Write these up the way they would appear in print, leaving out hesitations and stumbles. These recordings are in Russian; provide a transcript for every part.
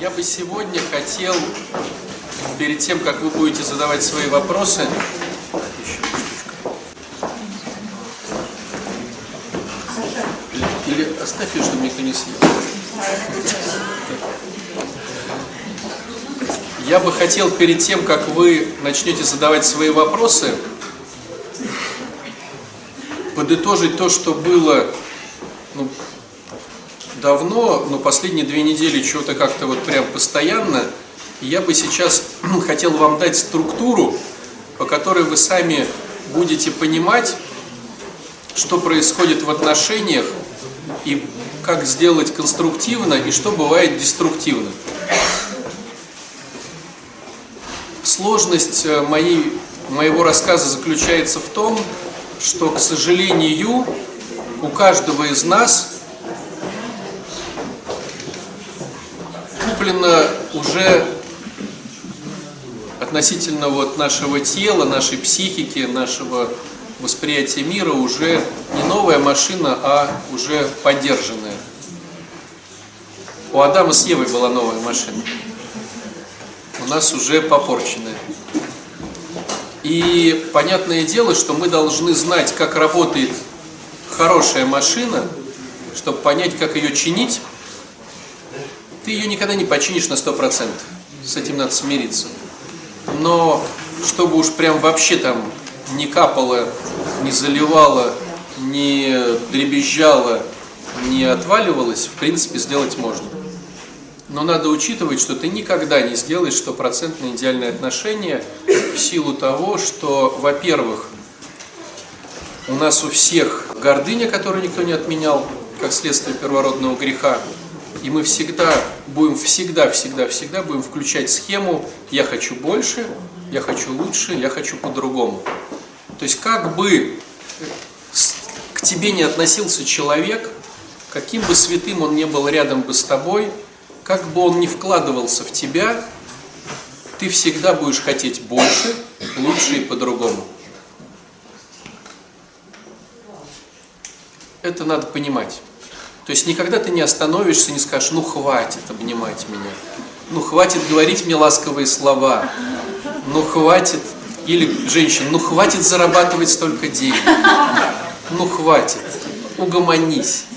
Я бы сегодня хотел, перед тем, как вы будете задавать свои вопросы, или оставь ее, чтобы никто не съел. Я бы хотел, перед тем, как вы начнете задавать свои вопросы, подытожить то, что было давно, но последние 2 недели чего-то как-то вот прям постоянно. И я бы сейчас хотел вам дать структуру, по которой вы сами будете понимать, что происходит в отношениях, и как сделать конструктивно, и что бывает деструктивно. Сложность моего рассказа заключается в том, что, к сожалению, у каждого из нас куплено уже относительно вот нашего тела, нашей психики, нашего восприятия мира уже не новая машина, а уже подержанная. У Адама с Евой была новая машина. У нас уже попорченная. И понятное дело, что мы должны знать, как работает хорошая машина, чтобы понять, как ее чинить. Ты ее никогда не починишь на 100%. С этим надо смириться. Но чтобы уж прям вообще там не капало, не заливало, не дребезжало, не отваливалось, в принципе, сделать можно. Но надо учитывать, что ты никогда не сделаешь 100% идеальные отношения в силу того, что, во-первых, у нас у всех гордыня, которую никто не отменял, как следствие первородного греха, и мы всегда будем включать схему «я хочу больше», «я хочу лучше», «я хочу по-другому». То есть как бы к тебе не относился человек, каким бы святым он ни был рядом бы с тобой, как бы он ни вкладывался в тебя, ты всегда будешь хотеть больше, лучше и по-другому. Это надо понимать. То есть никогда ты не остановишься, не скажешь: ну хватит обнимать меня, ну хватит говорить мне ласковые слова, ну хватит, или женщин, ну хватит зарабатывать столько денег, ну хватит, угомонись.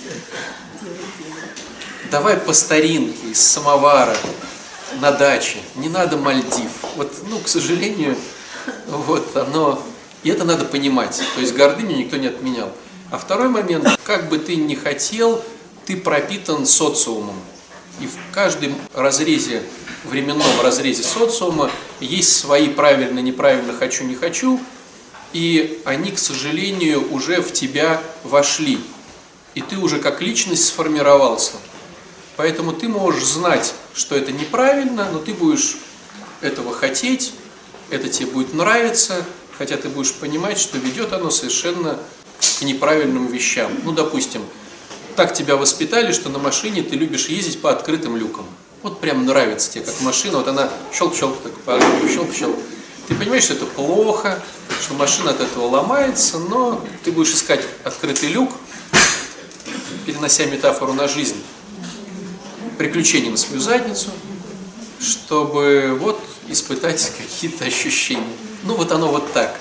Давай по старинке, из самовара, на даче, не надо Мальдив. Вот, к сожалению, вот оно, и это надо понимать. То есть гордыню никто не отменял. А второй момент, как бы ты ни хотел, ты пропитан социумом. И в каждом разрезе, временном разрезе социума есть свои правильно, неправильно, хочу, не хочу. И они, к сожалению, уже в тебя вошли. И ты уже как личность сформировался. Поэтому ты можешь знать, что это неправильно, но ты будешь этого хотеть, это тебе будет нравиться, хотя ты будешь понимать, что ведет оно совершенно к неправильным вещам. Допустим, так тебя воспитали, что на машине ты любишь ездить по открытым люкам. Вот прям нравится тебе, как машина, вот она щелк-щелк, так по щелк-щелк. Ты понимаешь, что это плохо, что машина от этого ломается, но ты будешь искать открытый люк, перенося метафору на жизнь, приключения на свою задницу, чтобы вот испытать какие-то ощущения. Вот оно вот так.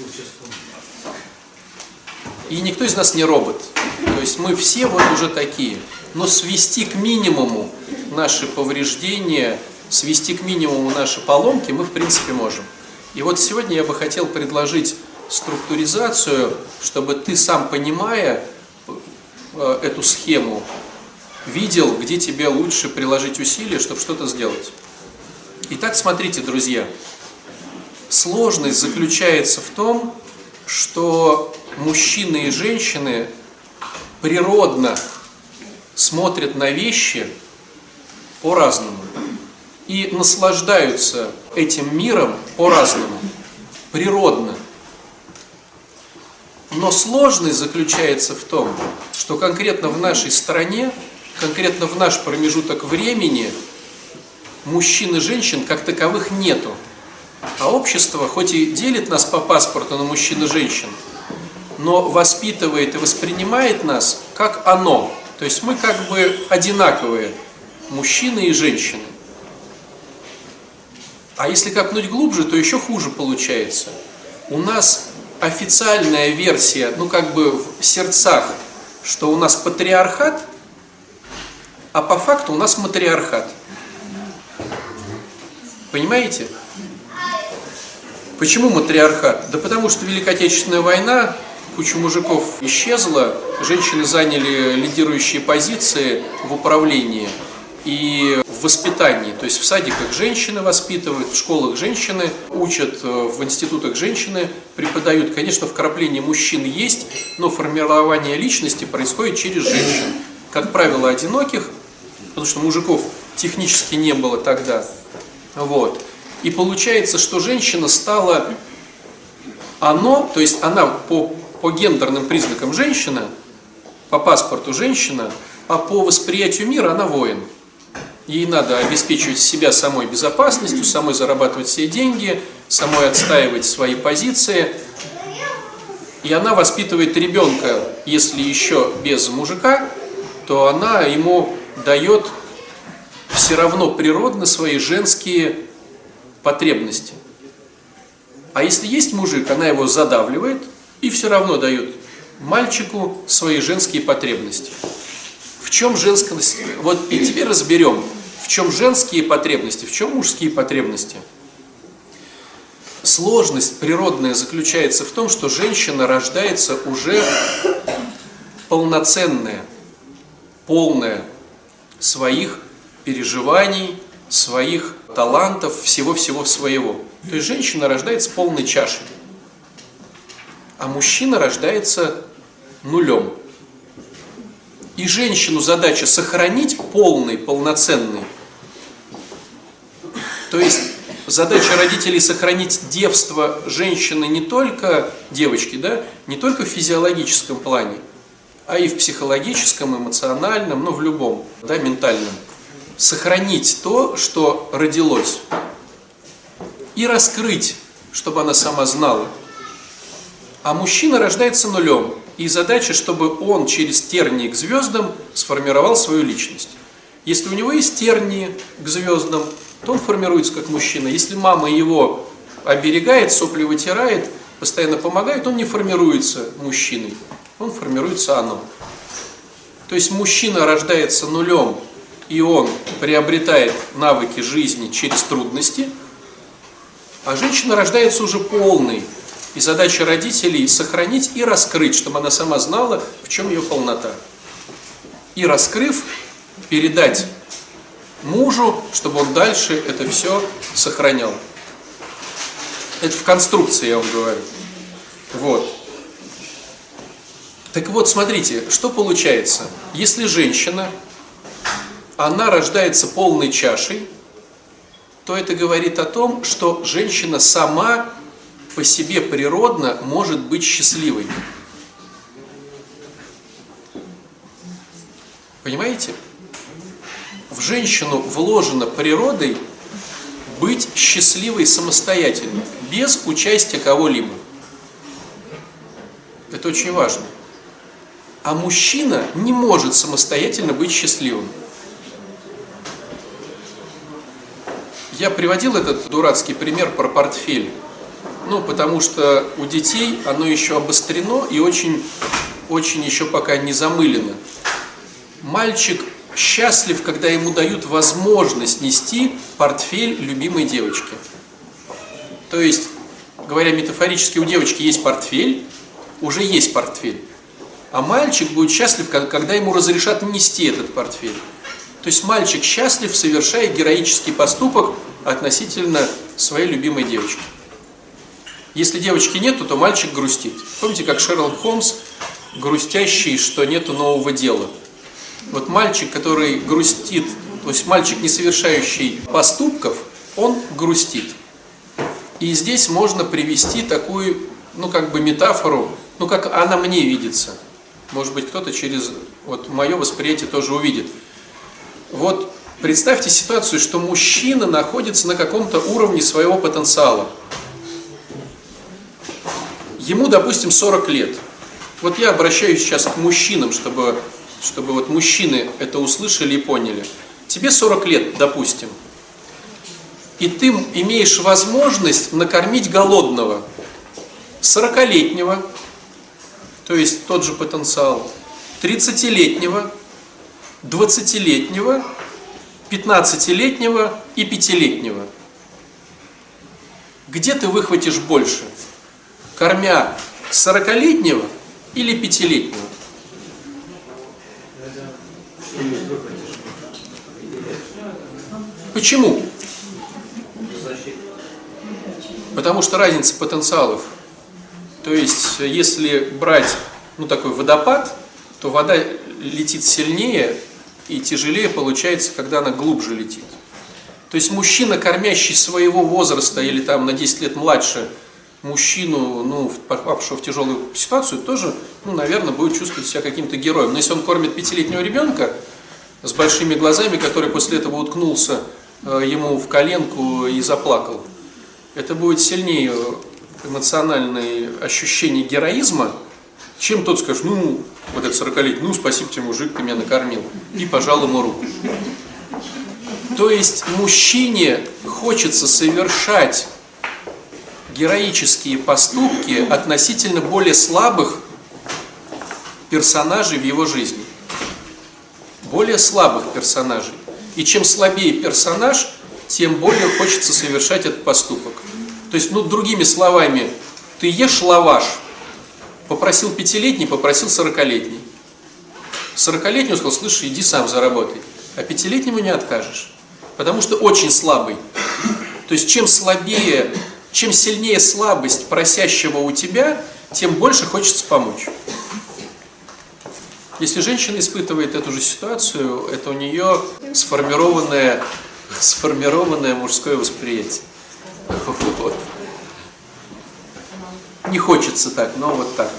И никто из нас не робот. То есть мы все вот уже такие. Но свести к минимуму наши повреждения, свести к минимуму наши поломки мы в принципе можем. И вот сегодня я бы хотел предложить структуризацию, чтобы ты сам, понимая эту схему, видел, где тебе лучше приложить усилия, чтобы что-то сделать. Итак, смотрите, друзья. Сложность заключается в том, что мужчины и женщины природно смотрят на вещи по-разному и наслаждаются этим миром по-разному, природно. Но сложность заключается в том, что конкретно в нашей стране, конкретно в наш промежуток времени мужчин и женщин как таковых нету. А общество, хоть и делит нас по паспорту на мужчин и женщин, но воспитывает и воспринимает нас как оно. То есть мы как бы одинаковые, мужчины и женщины. А если копнуть глубже, то еще хуже получается. У нас официальная версия, ну как бы в сердцах, что у нас патриархат, а по факту у нас матриархат. Понимаете? Почему матриархат? Да потому что Великая Отечественная война, куча мужиков исчезла, женщины заняли лидирующие позиции в управлении и в воспитании. То есть в садиках женщины воспитывают, в школах женщины учат, в институтах женщины преподают. Конечно, вкрапление мужчин есть, но формирование личности происходит через женщин. Как правило, одиноких, потому что мужиков технически не было тогда. Вот. И получается, что женщина стала то есть она по гендерным признакам женщина, по паспорту женщина, а по восприятию мира она воин. Ей надо обеспечивать себя самой безопасностью, самой зарабатывать себе деньги, самой отстаивать свои позиции. И она воспитывает ребенка, если еще без мужика, то она ему дает все равно природно свои женские потребности. А если есть мужик, она его задавливает и все равно дает мальчику свои женские потребности. В чем женскость? Вот и теперь разберем, в чем женские потребности, в чем мужские потребности. Сложность природная заключается в том, что женщина рождается уже полноценная, полная своих переживаний, своих талантов, всего-всего своего. То есть женщина рождается полной чашей, а мужчина рождается нулем. И женщину задача сохранить полный, полноценный. То есть задача родителей сохранить девство женщины не только, девочки, да, не только в физиологическом плане, а и в психологическом, эмоциональном, ну в любом, да, ментальном. Сохранить то, что родилось, и раскрыть, чтобы она сама знала. А мужчина рождается нулем, и задача, чтобы он через тернии к звездам сформировал свою личность. Если у него есть тернии к звездам, то он формируется как мужчина. Если мама его оберегает, сопли вытирает, постоянно помогает, он не формируется мужчиной, он формируется оно. То есть мужчина рождается нулем, и он приобретает навыки жизни через трудности, а женщина рождается уже полной. И задача родителей сохранить и раскрыть, чтобы она сама знала, в чем ее полнота. И раскрыв, передать мужу, чтобы он дальше это все сохранял. Это в конструкции, я вам говорю. Вот. Так вот, смотрите, что получается. Если женщина, она рождается полной чашей, то это говорит о том, что женщина сама по себе природно может быть счастливой. Понимаете? В женщину вложено природой быть счастливой самостоятельно, без участия кого-либо. Это очень важно. А мужчина не может самостоятельно быть счастливым. Я приводил этот дурацкий пример про портфель. Ну, потому что у детей оно еще обострено и очень еще пока не замылено. Мальчик счастлив, когда ему дают возможность нести портфель любимой девочки. То есть, говоря метафорически, у девочки есть портфель, уже есть портфель. А мальчик будет счастлив, когда ему разрешат нести этот портфель. То есть мальчик счастлив, совершая героический поступок относительно своей любимой девочки. Если девочки нету, то мальчик грустит. Помните, как Шерлок Холмс, грустящий, что нету нового дела. Вот мальчик, который грустит, то есть мальчик, не совершающий поступков, он грустит. И здесь можно привести такую, метафору, как она мне видится. Может быть, кто-то через мое восприятие тоже увидит. Вот представьте ситуацию, что мужчина находится на каком-то уровне своего потенциала. Ему, допустим, 40 лет. Вот я обращаюсь сейчас к мужчинам, чтобы мужчины это услышали и поняли. Тебе 40 лет, допустим. и ты имеешь возможность накормить голодного 40-летнего, то есть тот же потенциал, 30-летнего, 20-летнего, 15-летнего и 5-летнего. Где ты выхватишь больше? Кормя 40-летнего или 5-летнего? Почему? Потому что разница потенциалов. То есть, если брать такой водопад, то вода летит сильнее и тяжелее получается, когда она глубже летит. То есть мужчина, кормящий своего возраста или там на 10 лет младше мужчину, попавшего в тяжелую ситуацию, тоже, наверное, будет чувствовать себя каким-то героем. Но если он кормит 5-летнего ребенка с большими глазами, который после этого уткнулся ему в коленку и заплакал, это будет сильнее эмоциональное ощущение героизма, чем тот скажет, вот этот 40-летний, спасибо тебе, мужик, ты меня накормил, и пожал ему руку. То есть мужчине хочется совершать героические поступки относительно более слабых персонажей в его жизни. Более слабых персонажей. И чем слабее персонаж, тем более хочется совершать этот поступок. То есть, другими словами, ты ешь лаваш, попросил 5-летний, попросил 40-летний. 40-летний сказал, слушай, иди сам заработай. А 5-летнему не откажешь. Потому что очень слабый. То есть, чем сильнее слабость просящего у тебя, тем больше хочется помочь. Если женщина испытывает эту же ситуацию, это у нее сформированное мужское восприятие. Вот. Не хочется так, но вот так.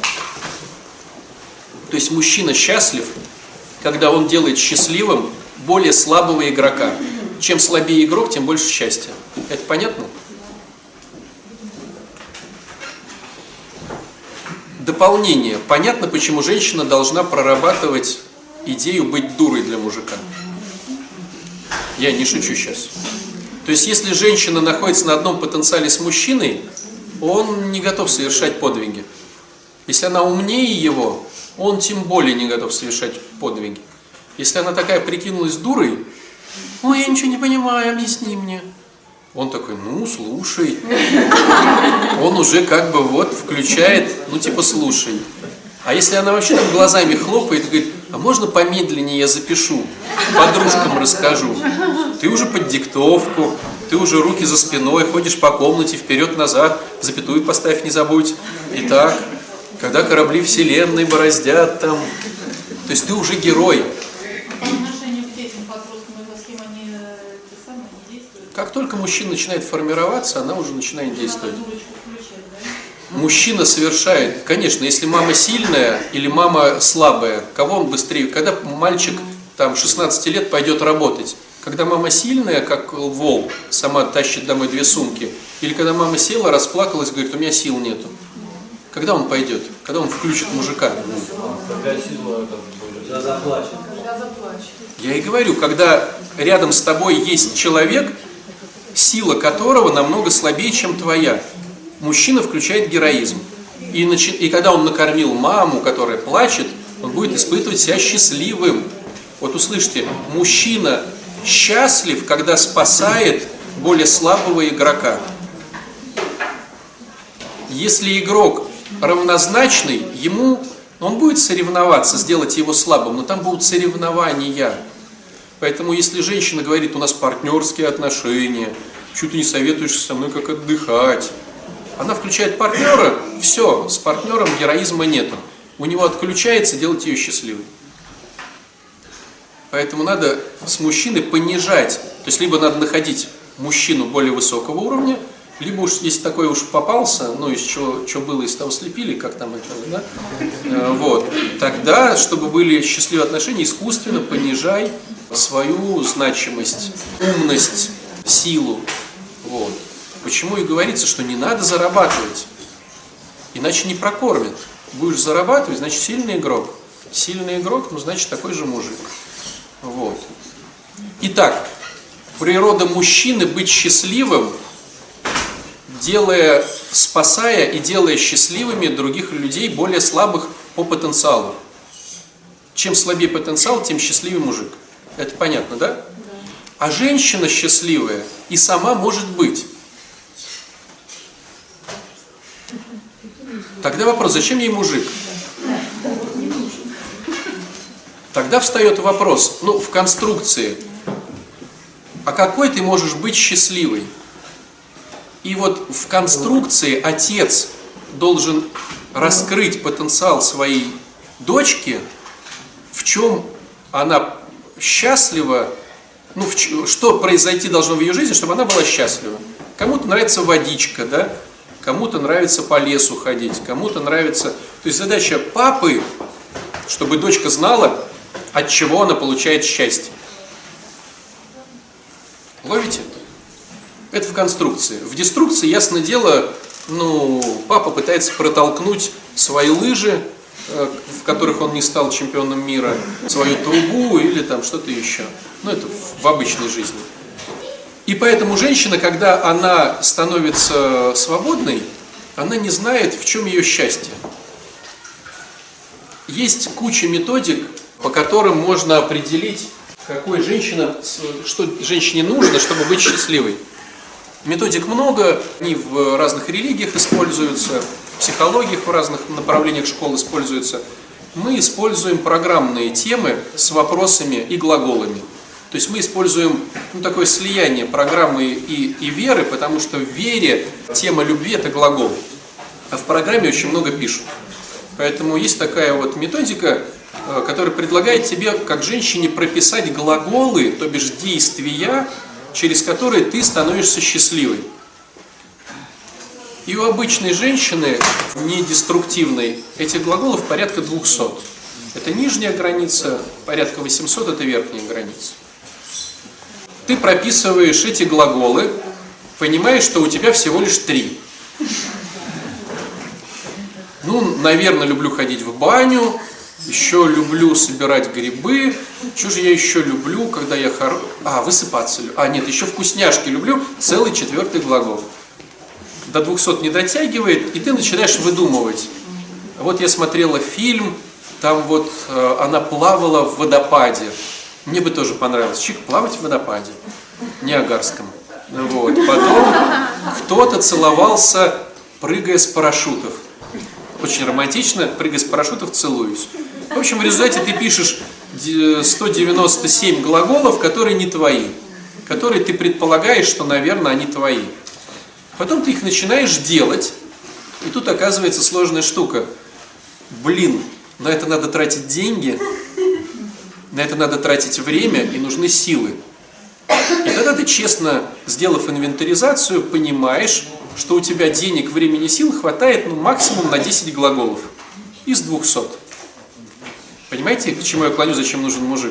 То есть мужчина счастлив, когда он делает счастливым более слабого игрока. Чем слабее игрок, тем больше счастья. Это понятно? Дополнение. Понятно, почему женщина должна прорабатывать идею быть дурой для мужика. Я не шучу сейчас. То есть, если женщина находится на одном потенциале с мужчиной, он не готов совершать подвиги. Если она умнее его, он тем более не готов совершать подвиги. Если она такая прикинулась дурой, ой, я ничего не понимаю, объясни мне. Он такой, слушай. Он уже включает, слушай. А если она вообще там глазами хлопает и говорит, а можно помедленнее я запишу, подружкам расскажу. Ты уже под диктовку, ты уже руки за спиной, ходишь по комнате вперед-назад, запятую поставь, не забудь. Итак, когда корабли вселенной бороздят там, то есть ты уже герой. Как только мужчина начинает формироваться, она уже начинает действовать. Мужчина совершает, конечно, если мама сильная или мама слабая, кого он быстрее, когда мальчик 16 лет пойдет работать, когда мама сильная, как вол, сама тащит домой 2 сумки, или когда мама села, расплакалась, говорит, у меня сил нету. Когда он пойдет? Когда он включит мужика? Когда заплачет. Я и говорю, когда рядом с тобой есть человек, сила которого намного слабее, чем твоя. Мужчина включает героизм. И когда он накормил маму, которая плачет, он будет испытывать себя счастливым. Вот услышьте, мужчина счастлив, когда спасает более слабого игрока. Если игрок равнозначный, он будет соревноваться, сделать его слабым, но там будут соревнования. Поэтому, если женщина говорит, у нас партнерские отношения, что ты не советуешься со мной, как отдыхать, она включает партнера, все, с партнером героизма нету. У него отключается делать ее счастливой. Поэтому надо с мужчиной понижать. То есть, либо надо находить мужчину более высокого уровня, либо уж, если такой уж попался, из чего было, из того слепили, как там это, да? Тогда, чтобы были счастливые отношения, искусственно понижай свою значимость, умность, силу. Почему и говорится, что не надо зарабатывать, иначе не прокормят. Будешь зарабатывать, значит сильный игрок. Сильный игрок, значит такой же мужик. Итак, Природа мужчины быть счастливым, спасая и делая счастливыми других людей, более слабых по потенциалу. Чем слабее потенциал, тем счастливее мужик. Это понятно, да? А женщина счастливая и сама может быть. Тогда вопрос, зачем ей мужик? Тогда встает вопрос, в конструкции, а какой ты можешь быть счастливой? И вот в конструкции отец должен раскрыть потенциал своей дочки, в чем она счастлива, что произойти должно в ее жизни, чтобы она была счастлива. Кому-то нравится водичка, да? Кому-то нравится по лесу ходить, кому-то нравится... То есть задача папы, чтобы дочка знала, от чего она получает счастье. Ловите? Это в конструкции. В деструкции, ясное дело, папа пытается протолкнуть свои лыжи, в которых он не стал чемпионом мира, свою трубу или там что-то еще. Это в обычной жизни. И поэтому женщина, когда она становится свободной, она не знает, в чем ее счастье. Есть куча методик, по которым можно определить, что женщине нужно, чтобы быть счастливой. Методик много, они в разных религиях используются, в психологиях в разных направлениях школ используются. Мы используем программные темы с вопросами и глаголами. То есть мы используем такое слияние программы и веры, потому что в вере тема любви – это глагол. А в программе очень много пишут. Поэтому есть такая вот методика, которая предлагает тебе, как женщине, прописать глаголы, то бишь действия, через которые ты становишься счастливой. И у обычной женщины, недеструктивной, этих глаголов порядка 200. Это нижняя граница, порядка 800 – это верхняя граница. Ты прописываешь эти глаголы, понимаешь, что у тебя всего лишь 3. Наверное, люблю ходить в баню, еще люблю собирать грибы. Что же я еще люблю, когда я высыпаться люблю. Нет, еще вкусняшки люблю, целый 4-й глагол. До 200 не дотягивает, и ты начинаешь выдумывать. Вот я смотрела фильм, там она плавала в водопаде. Мне бы тоже понравилось. Плавать в водопаде. Ниагарском. Потом кто-то целовался, прыгая с парашютов. Очень романтично, прыгая с парашютов, целуюсь. В общем, в результате ты пишешь 197 глаголов, которые не твои. Которые ты предполагаешь, что, наверное, они твои. Потом ты их начинаешь делать, и тут оказывается сложная штука. На это надо тратить деньги, на это надо тратить время, и нужны силы. И тогда ты, честно, сделав инвентаризацию, понимаешь, что у тебя денег, времени, сил хватает максимум на 10 глаголов из 200. Понимаете, к чему я клоню, зачем нужен мужик?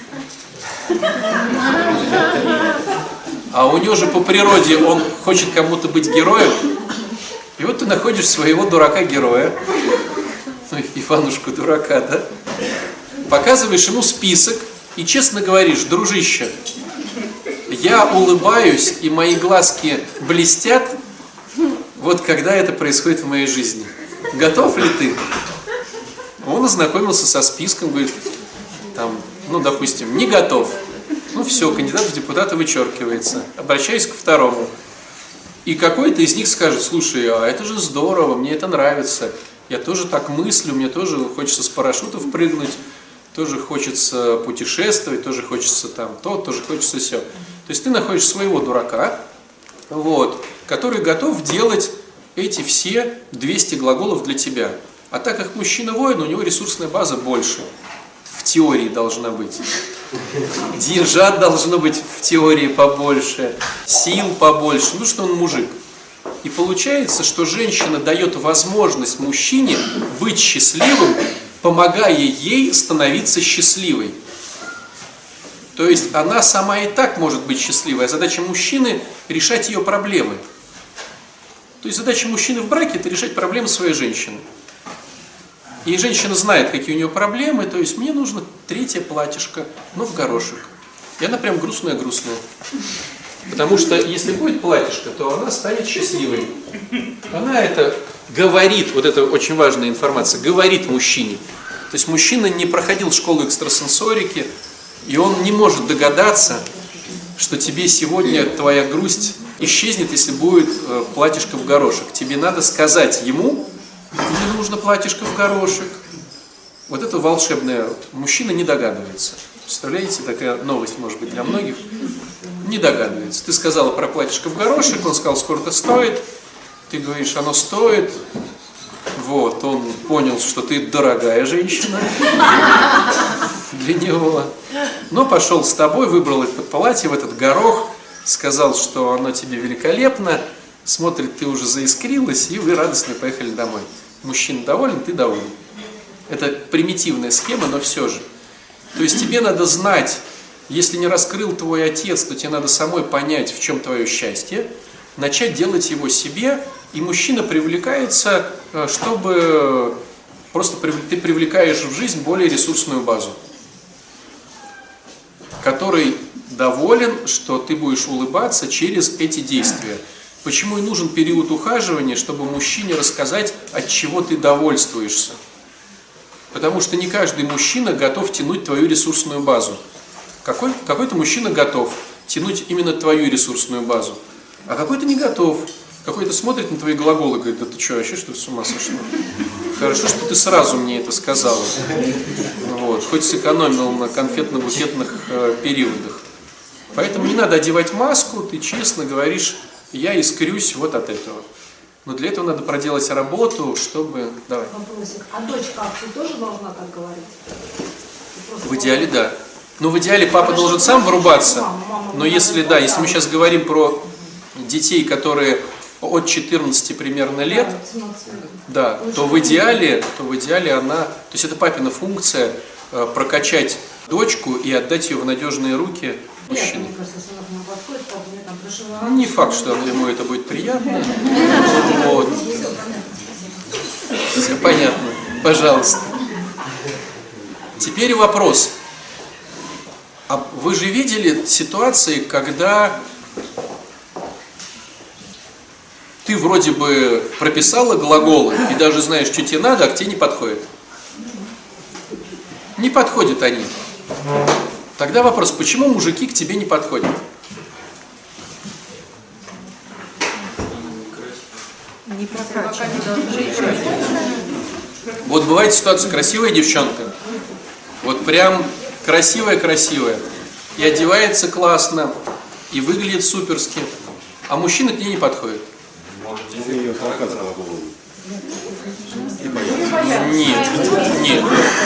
А у него же по природе он хочет кому-то быть героем. И вот ты находишь своего дурака-героя, Иванушку дурака, да? Показываешь ему список и честно говоришь: дружище, я улыбаюсь и мои глазки блестят, когда это происходит в моей жизни. Готов ли ты? Он ознакомился со списком, говорит, допустим, не готов. Все, кандидат в депутаты вычеркивается. Обращаюсь к второму. И какой-то из них скажет: слушай, это же здорово, мне это нравится. Я тоже так мыслю, мне тоже хочется с парашютов прыгнуть, тоже хочется путешествовать, тоже хочется тоже хочется все. То есть ты находишь своего дурака, который готов делать эти все 200 глаголов для тебя. А так как мужчина-воин, у него ресурсная база больше. В теории должна быть. Деньжат должно быть в теории побольше, сил побольше, что он мужик. И получается, что женщина дает возможность мужчине быть счастливым, помогая ей становиться счастливой. То есть она сама и так может быть счастливой, а задача мужчины – решать ее проблемы. То есть задача мужчины в браке – это решать проблемы своей женщины. И женщина знает, какие у нее проблемы, то есть мне нужно 3-е платьишко, в горошек. И она прям грустная-грустная. Потому что если будет платьишко, то она станет счастливой. Она это говорит, вот это очень важная информация, говорит мужчине. То есть мужчина не проходил школу экстрасенсорики, и он не может догадаться, что тебе сегодня твоя грусть исчезнет, если будет платьишко в горошек. Тебе надо сказать ему, тебе нужно платьишко в горошек. Вот это волшебное. Мужчина не догадывается. Представляете, такая новость может быть для многих. Не догадывается. Ты сказала про платьишко в горошек, он сказал, сколько стоит. Ты говоришь, оно стоит. Вот, он понял, что ты дорогая женщина для него. Но пошел с тобой, выбрал это платье в этот горох, сказал, что оно тебе великолепно. Смотрит, ты уже заискрилась, и вы радостно поехали домой. Мужчина доволен, ты доволен. Это примитивная схема, но все же. То есть тебе надо знать, если не раскрыл твой отец, то тебе надо самой понять, в чем твое счастье, начать делать его себе, и мужчина привлекается, чтобы просто ты привлекаешь в жизнь более ресурсную базу, который доволен, что ты будешь улыбаться через эти действия. Почему и нужен период ухаживания, чтобы мужчине рассказать, от чего ты довольствуешься. Потому что не каждый мужчина готов тянуть твою ресурсную базу. Какой-то мужчина готов тянуть именно твою ресурсную базу, а какой-то не готов. Какой-то смотрит на твои глаголы и говорит, да ты что, вообще что ли с ума сошла? Хорошо, что ты сразу мне это сказала. Вот. Хоть сэкономил на конфетно-букетных периодах. Поэтому не надо одевать маску, ты честно говоришь, я искрюсь вот от этого. Но для этого надо проделать работу, чтобы... Давай. Вопросик. А дочка отцу тоже должна так говорить? В идеале, да. Но в идеале папа должен сам вырубаться. Но если, да, если мы сейчас говорим про детей, которые от 14 примерно лет, да, то в идеале она... То есть это папина функция прокачать дочку и отдать ее в надежные руки мужчины. Не факт, что ему это будет приятно. Вот. Все понятно. Пожалуйста. Теперь вопрос. А вы же видели ситуации, когда ты вроде бы прописала глаголы и даже знаешь, что тебе надо, а к тебе не подходит? Не подходят они. Тогда вопрос, почему мужики к тебе не подходят? Не прокачаны. Вот бывает ситуация, красивая девчонка, вот прям красивая-красивая, и одевается классно, и выглядит суперски, а мужчина к ней не подходит. Нет.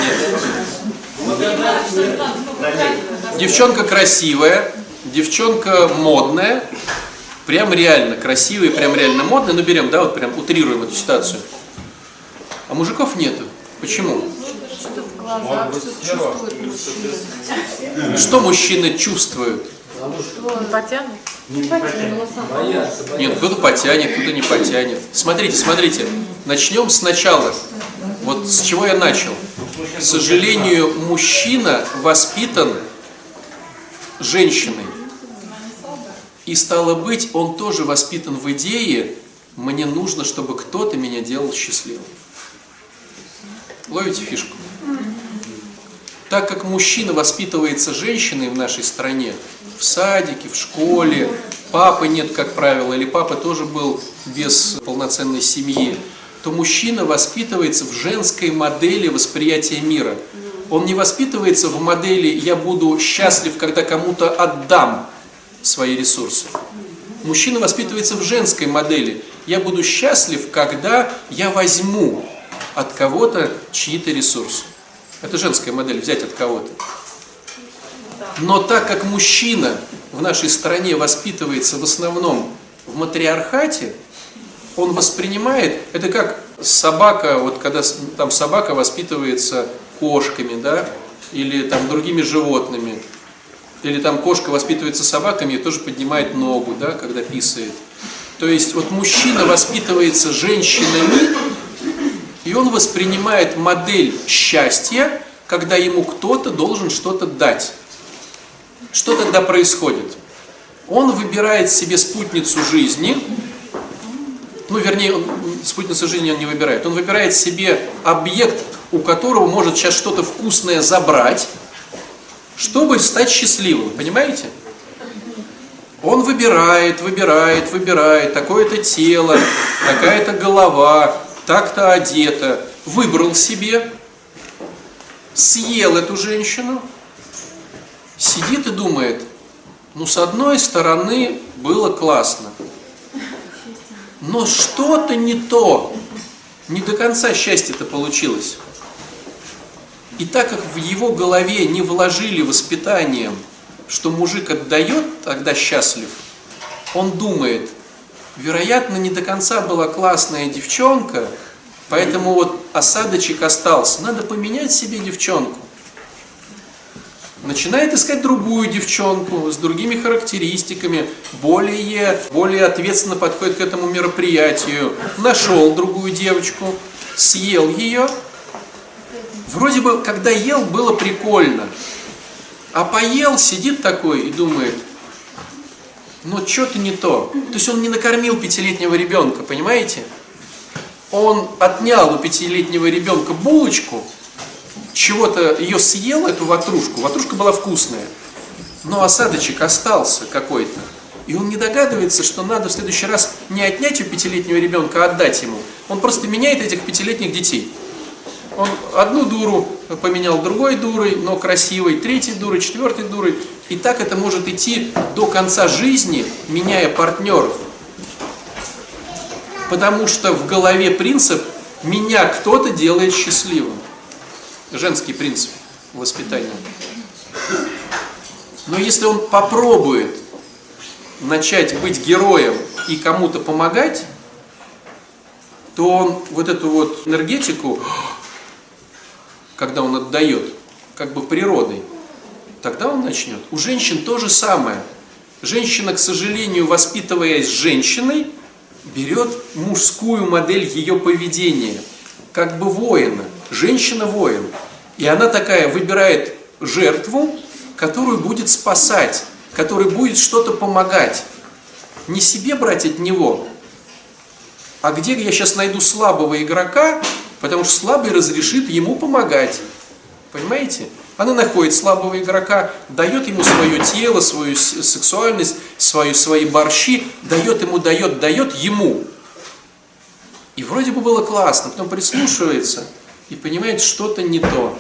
Девчонка красивая, девчонка модная, прям реально красивая, прям реально модная, но берем, да, вот прям утрируем эту ситуацию. А мужиков нету. Почему? Что мужчины чувствуют? Не потянут. Нет, кто-то потянет, кто-то не потянет. Смотрите, начнем сначала. Вот с чего я начал. К сожалению, мужчина воспитан женщиной. И стало быть, он тоже воспитан в идее, мне нужно, чтобы кто-то меня делал счастливым. Ловите фишку? Так как мужчина воспитывается женщиной в нашей стране, в садике, в школе, папы нет, как правило, или папа тоже был без полноценной семьи, то мужчина воспитывается в женской модели восприятия мира. Он не воспитывается в модели «я буду счастлив, когда кому-то отдам свои ресурсы». Мужчина воспитывается в женской модели «я буду счастлив, когда я возьму от кого-то чьи-то ресурсы». Это женская модель, взять от кого-то. Но так как мужчина в нашей стране воспитывается в основном в матриархате, он воспринимает, это как собака, вот когда там собака воспитывается кошками, да, или там другими животными, или там кошка воспитывается собаками и тоже поднимает ногу, да, когда писает. То есть вот мужчина воспитывается женщинами, и он воспринимает модель счастья, когда ему кто-то должен что-то дать. Что тогда происходит? Он выбирает себе спутницу жизни, спутницу жизни он не выбирает, он выбирает себе объект, у которого может сейчас что-то вкусное забрать, чтобы стать счастливым, понимаете? Он выбирает, такое-то тело, такая-то голова, так-то одета, выбрал себе, съел эту женщину, сидит и думает, с одной стороны было классно, но что-то не то, не до конца счастье-то получилось. И так как в его голове не вложили воспитанием, что мужик отдает, тогда счастлив, он думает, вероятно, не до конца была классная девчонка, поэтому вот осадочек остался, надо поменять себе девчонку. Начинает искать другую девчонку с другими характеристиками, более ответственно подходит к этому мероприятию, нашел другую девочку, съел ее. Вроде бы, когда ел, было прикольно, а поел, сидит такой и думает, что-то не то. То есть он не накормил 5-летнего ребенка, понимаете? Он отнял у 5-летнего ребенка булочку, чего-то ее съел, эту ватрушку. Ватрушка была вкусная, но осадочек остался какой-то. И он не догадывается, что надо в следующий раз не отнять у 5-летнего ребенка, а отдать ему. Он просто меняет этих 5-летних детей. Он одну дуру поменял другой дурой, но красивой, третьей дурой, четвертой дурой. И так это может идти до конца жизни, меняя партнеров. Потому что в голове принцип «меня кто-то делает счастливым». Женский принцип воспитания. Но если он попробует начать быть героем и кому-то помогать, то он вот эту вот энергетику, когда он отдает, как бы природой, тогда он начнет. У женщин то же самое. Женщина, к сожалению, воспитываясь женщиной, берет мужскую модель ее поведения, как бы воина. Женщина-воин. И она такая выбирает жертву, которую будет спасать, которой будет что-то помогать. Не себе брать от него, а где я сейчас найду слабого игрока, потому что слабый разрешит ему помогать. Понимаете? Она находит слабого игрока, дает ему свое тело, свою сексуальность, свои борщи, дает ему. И вроде бы было классно, потом прислушивается и понимает, что-то не то.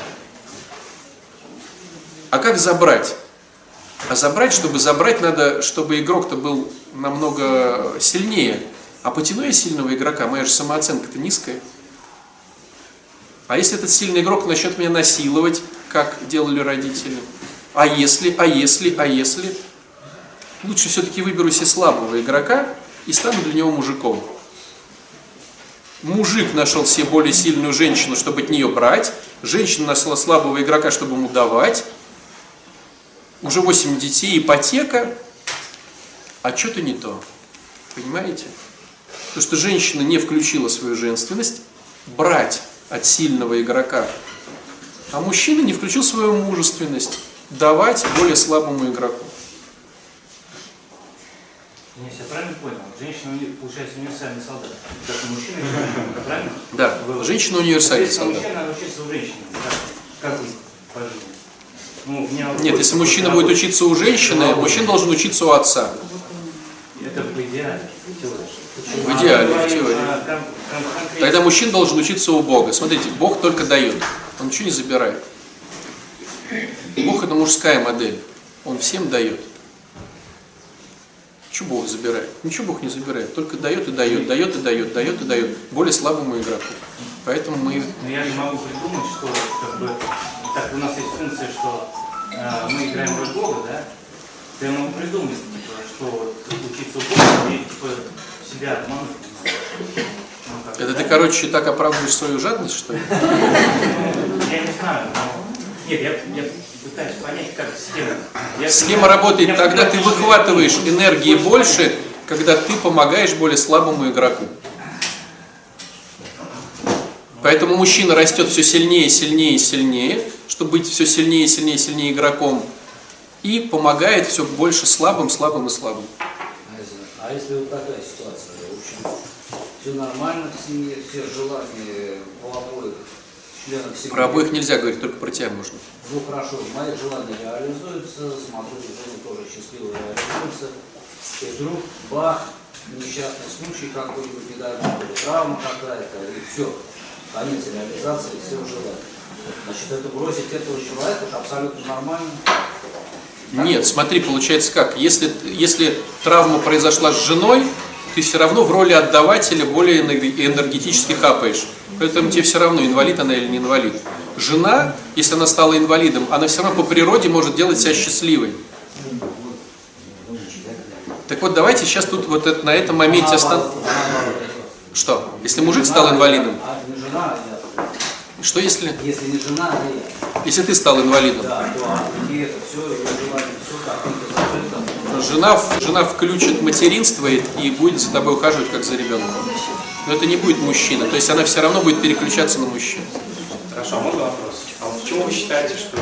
А как забрать? А чтобы забрать, надо, чтобы игрок-то был намного сильнее. А потяну я сильного игрока, моя же самооценка-то низкая. А если этот сильный игрок начнет меня насиловать, как делали родители? А если? Лучше все-таки выберу себе слабого игрока и стану для него мужиком. Мужик нашел себе более сильную женщину, чтобы от нее брать. Женщина нашла слабого игрока, чтобы ему давать. Уже 8 детей, ипотека. А что-то не то. Понимаете? Потому что женщина не включила свою женственность брать от сильного игрока. А мужчина не включил свою мужественность давать более слабому игроку. Если я правильно понял, женщина, получается, универсальный солдат. Как и мужчина, правильно? Да, женщина универсальный солдат. Мужчина учится у женщины. Как вы по жизни? Нет, если мужчина будет учиться у женщины, мужчина должен учиться у отца. Это в идеале. В идеале, в теории. Тогда мужчина должен учиться у Бога. Смотрите, Бог только дает, Он ничего не забирает. Бог — это мужская модель, Он всем дает. Что Бог забирает? Ничего Бог не забирает, только дает и дает, дает и дает, дает и дает более слабому игроку. Поэтому мы... Но я не могу придумать, что так у нас есть функция, что мы играем роль Бога, да? Я могу придумать, что учиться у Бога и себя обмануть. Это ты, короче, так оправдываешь свою жадность, что ли? Я не знаю, но... Нет, я пытаюсь понять, как схема. Схема работает тогда, ты выхватываешь энергии больше, когда ты помогаешь более слабому игроку. Поэтому мужчина растет все сильнее, сильнее, сильнее, чтобы быть все сильнее, сильнее, сильнее игроком. и помогает все больше слабым, слабым и слабым. А если вот такая ситуация, в общем, все нормально в семье, все желания у обоих членов семьи. Про обоих нельзя говорить, только про тебя можно. Ну хорошо, мои желания реализуются, смотрю, Женя тоже счастливо реализуется. И вдруг бах, несчастный случай какой-нибудь, не дай бог, или травма какая-то, и все, конец реализации всех желаний. Значит, это бросить этого человека, это абсолютно нормально. Нет, смотри, получается как, если травма произошла с женой, ты все равно в роли отдавателя более энергетически хапаешь. Поэтому тебе все равно, инвалид она или не инвалид. Жена, если она стала инвалидом, она все равно по природе может делать себя счастливой. Так вот, давайте сейчас тут вот на этом моменте остановимся. Что? Если мужик стал инвалидом? А не жена, а я. Что если? Если не жена, а я. Если ты стал инвалидом? Да, то и это все, ее желание, все как-то закрыто. Жена включит материнство и будет за тобой ухаживать, как за ребенком. Но это не будет мужчина. То есть она все равно будет переключаться на мужчин. Хорошо, можно вопрос? А вот почему вы считаете, что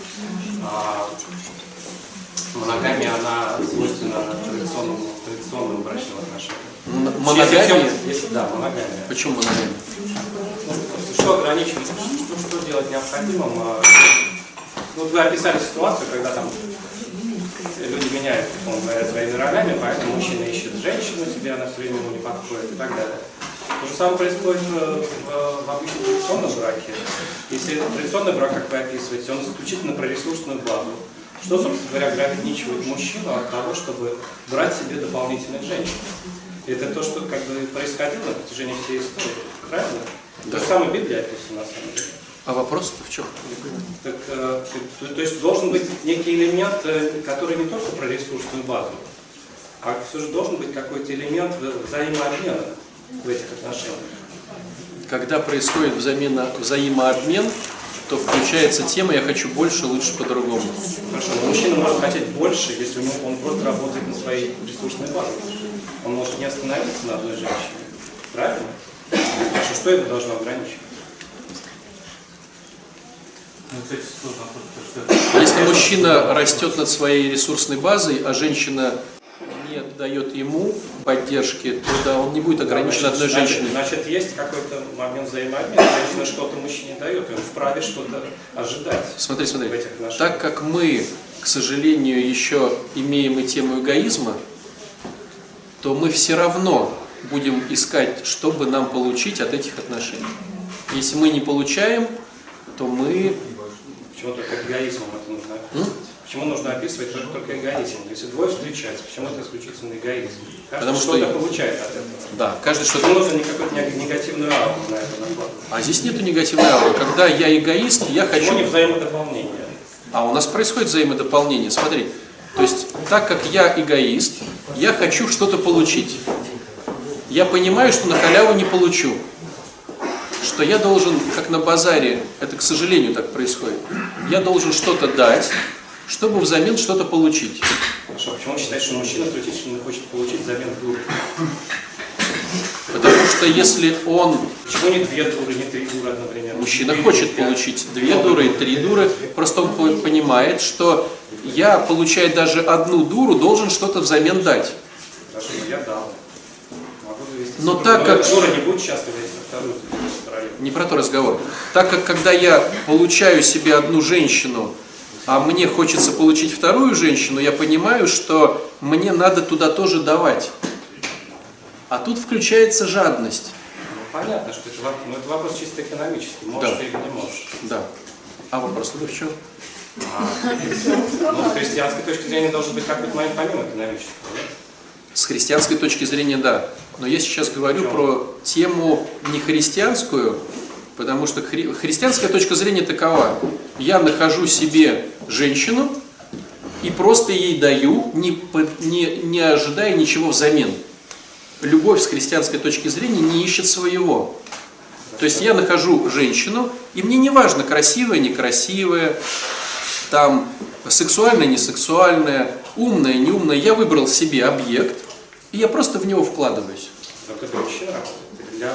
моногамия, она свойственна традиционным брачным отношениям? Моногамия? Да, моногамия. Почему моногамия? Что ограничивает, что делать необходимым? Ну, вы описали ситуацию, когда там люди меняют, он говоря, своими ролями, поэтому мужчина ищет женщину себе, она все время ему не подходит и так далее. То же самое происходит в обычном традиционном браке. Если традиционный брак, как вы описываете, он исключительно про ресурсную базу. Что, собственно говоря, ограничивает мужчину от того, чтобы брать себе дополнительных женщин? И это то, что как бы происходило на протяжении всей истории. Правильно? Да. То же самое Библия описано на самом деле. А вопрос-то в чем? Так, то есть должен быть некий элемент, который не только про ресурсную базу, а все же должен быть какой-то элемент взаимообмена в этих отношениях. Когда происходит взаимообмен, то включается тема «я хочу больше, лучше по-другому». Хорошо, но мужчина может хотеть больше, если у него, он просто работает на своей ресурсной базе. Он может не остановиться на одной женщине. Правильно? Хорошо, что это должно ограничивать? Если мужчина растет над своей ресурсной базой, а женщина не дает ему поддержки, то да, он не будет ограничен одной женщиной. Значит, есть какой-то момент взаимообмена. Женщина что-то мужчине дает, и он вправе что-то ожидать. Смотри, в этих отношениях. так как мы, к сожалению, еще имеем и тему эгоизма, то мы все равно будем искать, что бы нам получить от этих отношений. Если мы не получаем, то мы... Почему только эгоизмом это нужно описывать? Почему нужно описывать только эгоизм? Если двое встречаются, почему это исключительно эгоизм? Каждый Потому что что-то получает от этого. Да, каждый что-то... Почему нужно какую-то негативную ауру на это накладывать? А здесь нету негативной ауры. Когда я эгоист, я хочу... Почему не взаимодополнение? А у нас происходит взаимодополнение. Смотри, то есть, так как я эгоист, я хочу что-то получить. Я понимаю, что на халяву не получу. Что я должен, как на базаре, это, к сожалению, так происходит, я должен что-то дать, чтобы взамен что-то получить. Хорошо, почему вы считаете, что мужчина исключительно хочет получить взамен дуры? Потому что если он... Почему не две дуры, не три дуры одновременно? Мужчина хочет получить 2 дуры, 3 дуры, просто он понимает, что я, получая даже 1 дуру, должен что-то взамен дать. Хорошо, но я дал. Могу завести. Но так как... Дура не будет счастлива, если вторую втроем. Не про то разговор. Так как когда я получаю себе 1 женщину, а мне хочется получить 2 женщину, я понимаю, что мне надо туда тоже давать. А тут включается жадность. Ну, понятно, что это вопрос чисто экономический. Можешь Да. ты или не можешь. Да. А вопрос в чем? Ну, с христианской точки зрения должен быть какой-то момент помимо экономического, да? С христианской точки зрения, да. Но я сейчас говорю про тему не христианскую, потому что христианская точка зрения такова. Я нахожу себе женщину и просто ей даю, не ожидая ничего взамен. Любовь с христианской точки зрения не ищет своего. То есть я нахожу женщину, и мне не важно, красивая, некрасивая, там, сексуальная, несексуальная, умная, неумная. Я выбрал себе объект, и я просто в него вкладываюсь. Только для мужчин работает, для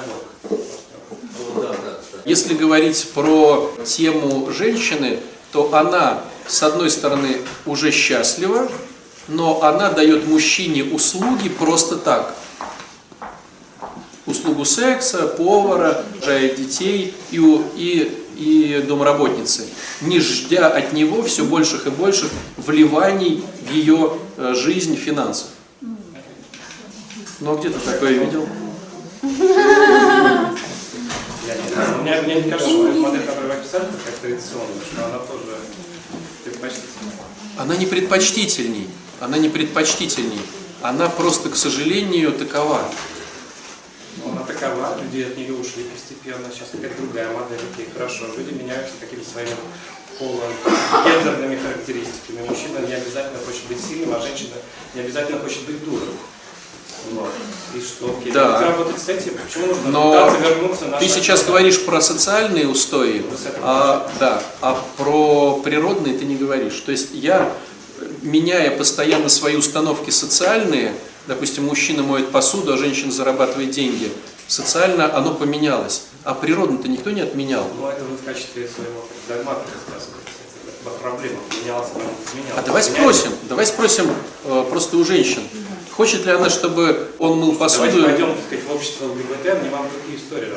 обоих. Если говорить про тему женщины, то она с одной стороны, уже счастлива, но она дает мужчине услуги просто так. Услугу секса, повара, детей и домработницы, не ждя от него все больших и больших вливаний в ее жизнь финансов. Ну, а где ты такое видел? Мне не кажется, что модель, которую вы описали, как традиционная, что она тоже предпочтительная. Она не предпочтительней. Она не предпочтительней. Она просто, к сожалению, такова. Но она такова, люди от нее ушли постепенно. Сейчас какая-то другая модель, окей, хорошо. Люди меняются какими-то своими гендерными характеристиками. Мужчина не обязательно хочет быть сильным, а женщина не обязательно хочет быть дурой. Вот. И что? Окей, Да. работать с этим. Почему нужно Но пытаться вернуться на ты сейчас говоришь про социальные устои, а про природные ты не говоришь. То есть я, меняя постоянно свои установки социальные, допустим, мужчина моет посуду, а женщина зарабатывает деньги, социально оно поменялось, а природно-то никто не отменял. Ну, это вы в качестве своего догмата рассказываете. Это проблема. Менялась, она изменялась. А давай спросим просто у женщин. Хочет ли она, чтобы он мыл посуду? Давайте пойдем, так сказать, в общество ЛГБТ, мне вам другие истории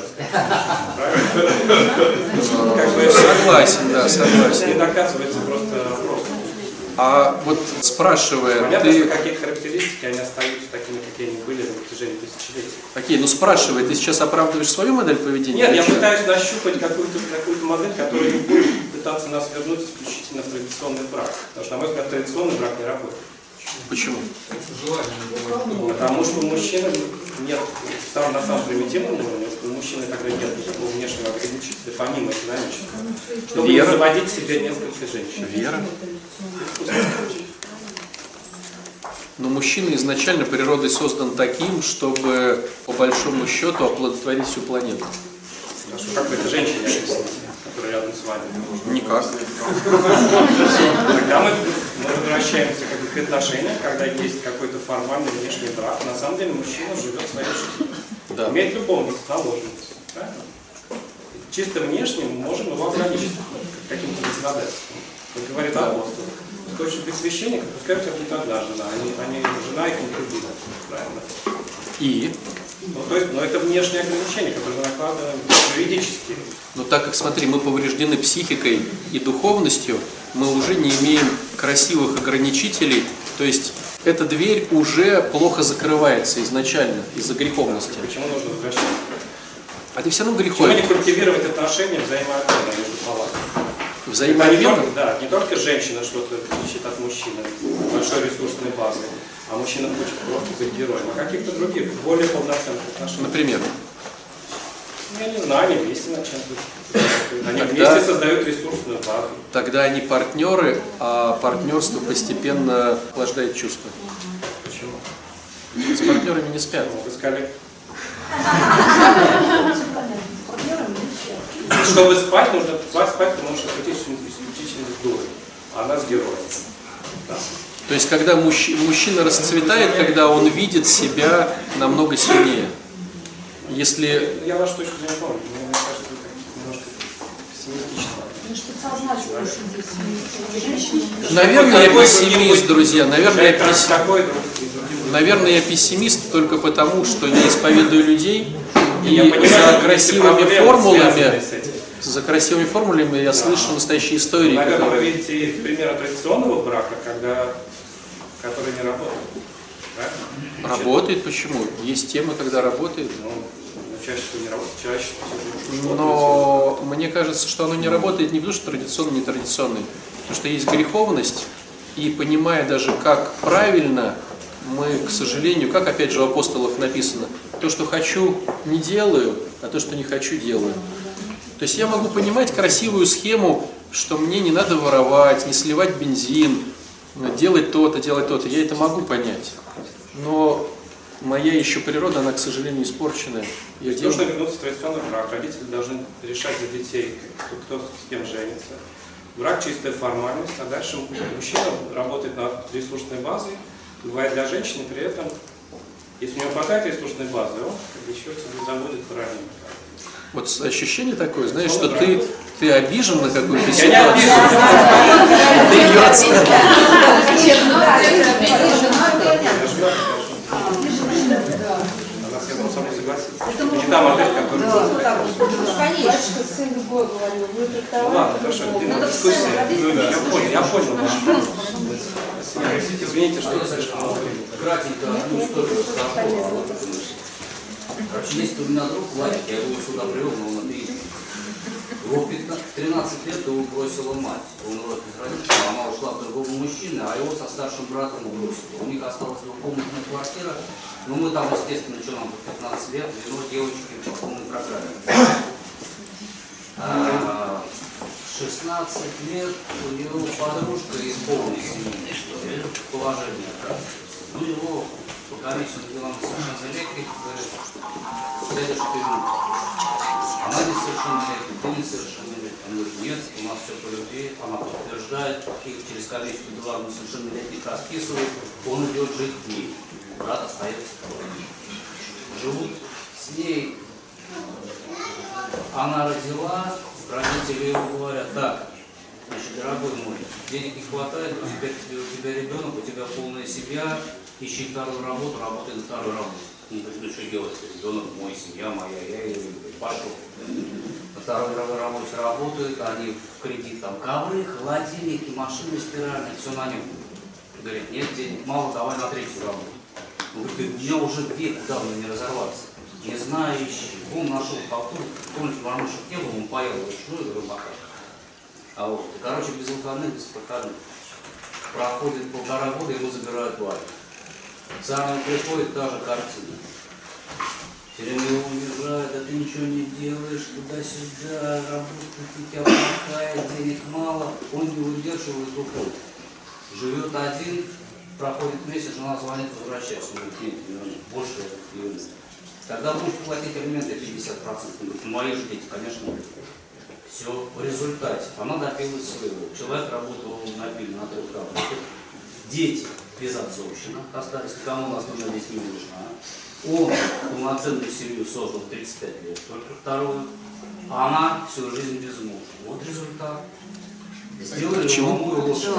рассказывать. Согласен, да, согласен. Не доказывается просто. А вот спрашивая, Понятно, ты... что какие-то характеристики, они остаются такими, какие они были на протяжении тысячелетий. Окей, ну спрашивай, ты сейчас оправдываешь свою модель поведения? Нет, я что? пытаюсь нащупать какую-то модель, которая не будет пытаться нас вернуть исключительно в традиционный брак. Потому что, на мой взгляд, традиционный брак не работает. Почему? Потому что у мужчины нет, на самом примитивном уровне, у мужчины тогда нет никакого внешнего ограничителя, помимо экономического, чтобы не заводить себе несколько женщин. Вера. Но мужчина изначально природой создан таким, чтобы по большому счету оплодотворить всю планету. Хорошо, как вы это женщине объясните, которая рядом с вами? Никак. Тогда мы возвращаемся к отношениям, когда есть какой-то формальный внешний брак. На самом деле мужчина живет своей жизнью. Да. Имеет любовницу, наложницу. Правильно? Чисто внешне мы можем его ограничить каким-то законодательством. Как говорит апостол. Хочешь быть священником, пускай у тебя будет одна жена, а не жена и конкубина. Правильно? И? Ну, то есть, это внешние ограничения, которые мы накладываем юридически. Но так как, смотри, мы повреждены психикой и духовностью, мы уже не имеем красивых ограничителей, то есть эта дверь уже плохо закрывается изначально из-за греховности. Почему нужно возвращаться? А ты все равно Почему не греховен. культивировать отношения взаимообмена между полами? Взаимообмен? Не только женщина что-то ищет от мужчины, большой ресурсной базы, а мужчина хочет просто быть героем, а каких-то других, более полноценных отношений. Например? Я не знаю, они вместе над чем-то. Они вместе создают ресурсную базу. Тогда они партнеры, а партнерство постепенно охлаждает чувства. Почему? С партнерами не спят. Вы сказали. Чтобы спать, нужно спать, потому что исключительно с дурой, а она с героем. Да. То есть, когда мужчина расцветает, когда он видит себя намного сильнее. Если... Я вашу точку не помню, мне кажется, вы немножко пессимистично. Наверное, я пессимист, друзья. Наверное, я пессимист только потому, что я исповедую людей, и за красивыми формулами я слышу настоящие истории. Наверное, вы видите примеры традиционного брака, который не работает. Правильно? Работает, почему? Есть темы, когда работает. Чаще всего не работает, чаще всего. Но мне кажется, что оно не работает не потому, что традиционный, не традиционный. Потому что есть греховность, и понимая даже, как правильно, мы, к сожалению, как опять же у апостолов написано, то, что хочу, не делаю, а то, что не хочу, делаю. То есть я могу понимать красивую схему, что мне не надо воровать, не сливать бензин, делать то-то, делать то-то. Я это могу понять. Но моя еще природа, она, к сожалению, испорченная. Нужно вернуться в традиционный брак. Родители должны решать за детей, кто с кем женится. Брак чистая формальность, а дальше мужчина работает над ресурсной базой, бывает для женщины, при этом, если у него хватает ресурсной базы, он еще себе заводит параллельно. Вот ощущение такое, знаешь, что ты Ты обижен на какую-то Я не обижен. ситуацию? Ты ее отстаиваешь. Она с этим со мной согласится. Не та модель, которую... Ну ладно, хорошо, дискуссия. Я понял. Извините, что... Кратенько одну историю расскажу. Короче, есть у меня друг Владик, я его сюда привел, но он атеист. Его в 13 лет его бросила мать. Он рос без родителей, она ушла к другому мужчине, а его со старшим братом бросила. У них осталась двухкомнатная квартира. Ну мы там, естественно, что нам 15 лет, но девочки по полной программе. 16 лет у него подружка из полной семьи, положение оказывается. Ну его по комиссию делам совершеннолетних говорит, дядюшка, ты она несовершеннолетняя, ты несовершеннолетняя. Он говорит, нет, у нас все по любви, она подтверждает, их через комиссию делам несовершеннолетних расписывают, он идет жить к ней, брат остается в колонии. Живут с ней, она родила, родители ему говорят, так, значит, дорогой мой, денег не хватает, у тебя ребенок, у тебя полная семья, ищи вторую работу, работай на вторую работу. Он говорит, ну что делать, ребенок мой, семья моя, я ее люблю, пошел. На второй работе работают, они в кредит там ковры, холодильники, машины стиральные, все на нем. Говорит, нет денег, мало, давай на третью работу. Он говорит, у меня уже век, куда мне не разорваться. Не знаю, ищи. Он нашел халтуру, помните, мормышек не было, он поел ручную рыбака. А вот, короче, без выходных, без проходных. Проходит 1,5 года, его забирают в армию. Сам приходит, та же картина. Все время его унижают, да ты ничего не делаешь, туда-сюда, работа у тебя плохая, денег мало. Он не выдерживает, уходит. Живет один, проходит месяц, жена звонит, возвращается. Он говорит, нет, больше не. Когда будешь платить алименты 50%, он говорит, ну мои же дети, конечно, нет. Все, в результате она добилась своего. Человек работал на пиле, на 3 работах. Дети без отцовщины остались, никому у нас нужна здесь не нужна. Он полноценную семью создал в 35 лет, только вторую. А она всю жизнь без мужа. Вот результат. Сделали ломовую лошадь.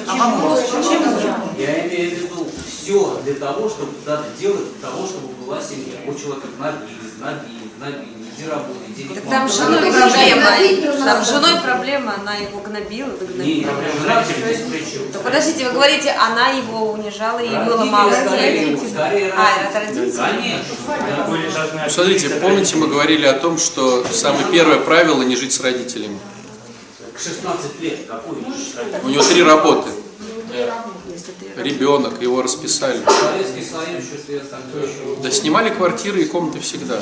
Я имею в виду все для того, чтобы надо делать, для того, чтобы была семья. Вот человека набили, иди работай, денег Так мало. там с женой проблема. Там с женой проблема, она его гнобила, Не, выгнобила. проблема без причин. То подождите, вы говорите, она его унижала, ей было мало денег. Скорее Это родители? Конечно. Ну, смотрите, помните, мы говорили о том, что самое первое правило – не жить с родителями. К 16 лет, какой У него 3 работы. Ребенок, его расписали. Советский Союз, что я так еще. Да снимали квартиры и комнаты всегда.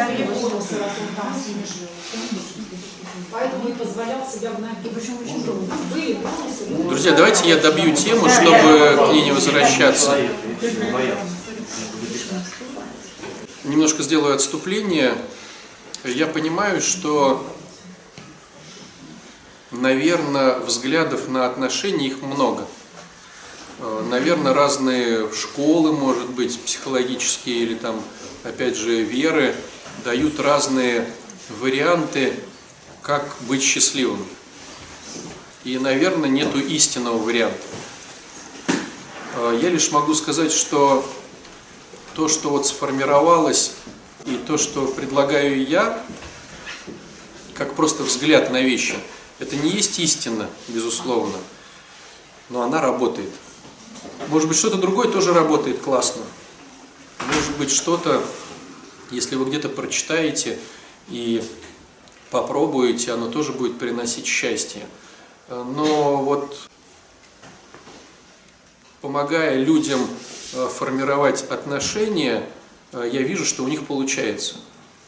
Поэтому и позволял себя гнобить. Друзья, давайте я добью тему, чтобы к ней не возвращаться. Немножко сделаю отступление. Я понимаю, что, наверное, взглядов на отношения их много. Наверное, разные школы, может быть, психологические или там, опять же, веры дают разные варианты, как быть счастливым. И, наверное, нету истинного варианта. Я лишь могу сказать, что то, что вот сформировалось, и то, что предлагаю я, как просто взгляд на вещи, это не есть истина, безусловно, но она работает. Может быть, что-то другое тоже работает классно. Может быть, что-то, если вы где-то прочитаете и попробуете, оно тоже будет приносить счастье. Но вот, помогая людям формировать отношения, я вижу, что у них получается.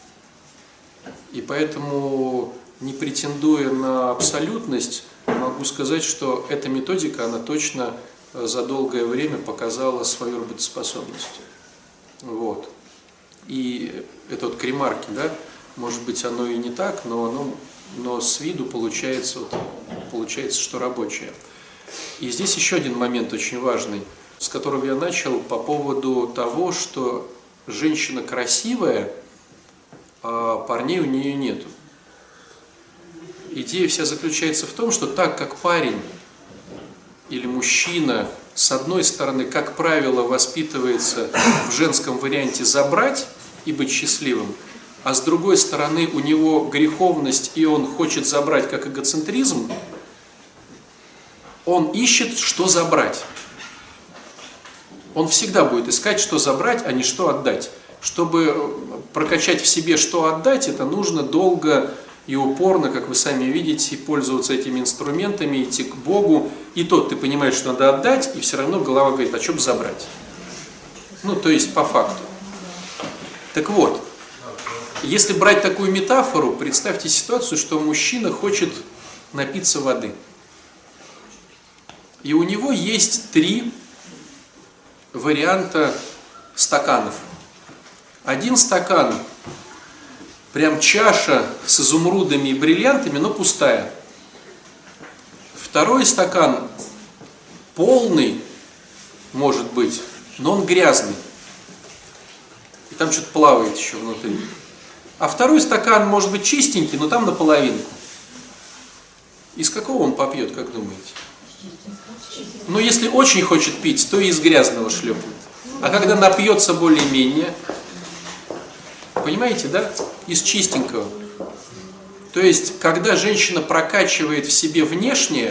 И поэтому, не претендуя на абсолютность, могу сказать, что эта методика, она точно за долгое время показала свою работоспособность. Вот. И это вот к ремарке, да, может быть, оно и не так, но с виду получается, что рабочее. И здесь еще один момент очень важный, с которого я начал, по поводу того, что женщина красивая, а парней у нее нету. Идея вся заключается в том, что так как парень или мужчина, с одной стороны, как правило, воспитывается в женском варианте забрать и быть счастливым, а с другой стороны у него греховность и он хочет забрать как эгоцентризм, он ищет, что забрать. Он всегда будет искать, что забрать, а не что отдать. Чтобы прокачать в себе, что отдать, это нужно долго и упорно, как вы сами видите, пользоваться этими инструментами, идти к Богу. И тот ты понимаешь, что надо отдать, и все равно голова говорит, а что бы забрать? Ну, то есть по факту. Так вот, если брать такую метафору, представьте ситуацию, что мужчина хочет напиться воды. И у него есть 3 варианта стаканов. Один стакан, прям чаша с изумрудами и бриллиантами, но пустая. Второй стакан полный, может быть, но он грязный. И там что-то плавает еще внутри. А второй стакан может быть чистенький, но там наполовинку. Из какого он попьет, как думаете? Но если очень хочет пить, то и из грязного шлепает. А когда напьется более-менее, понимаете, да? Из чистенького. То есть, когда женщина прокачивает в себе внешнее,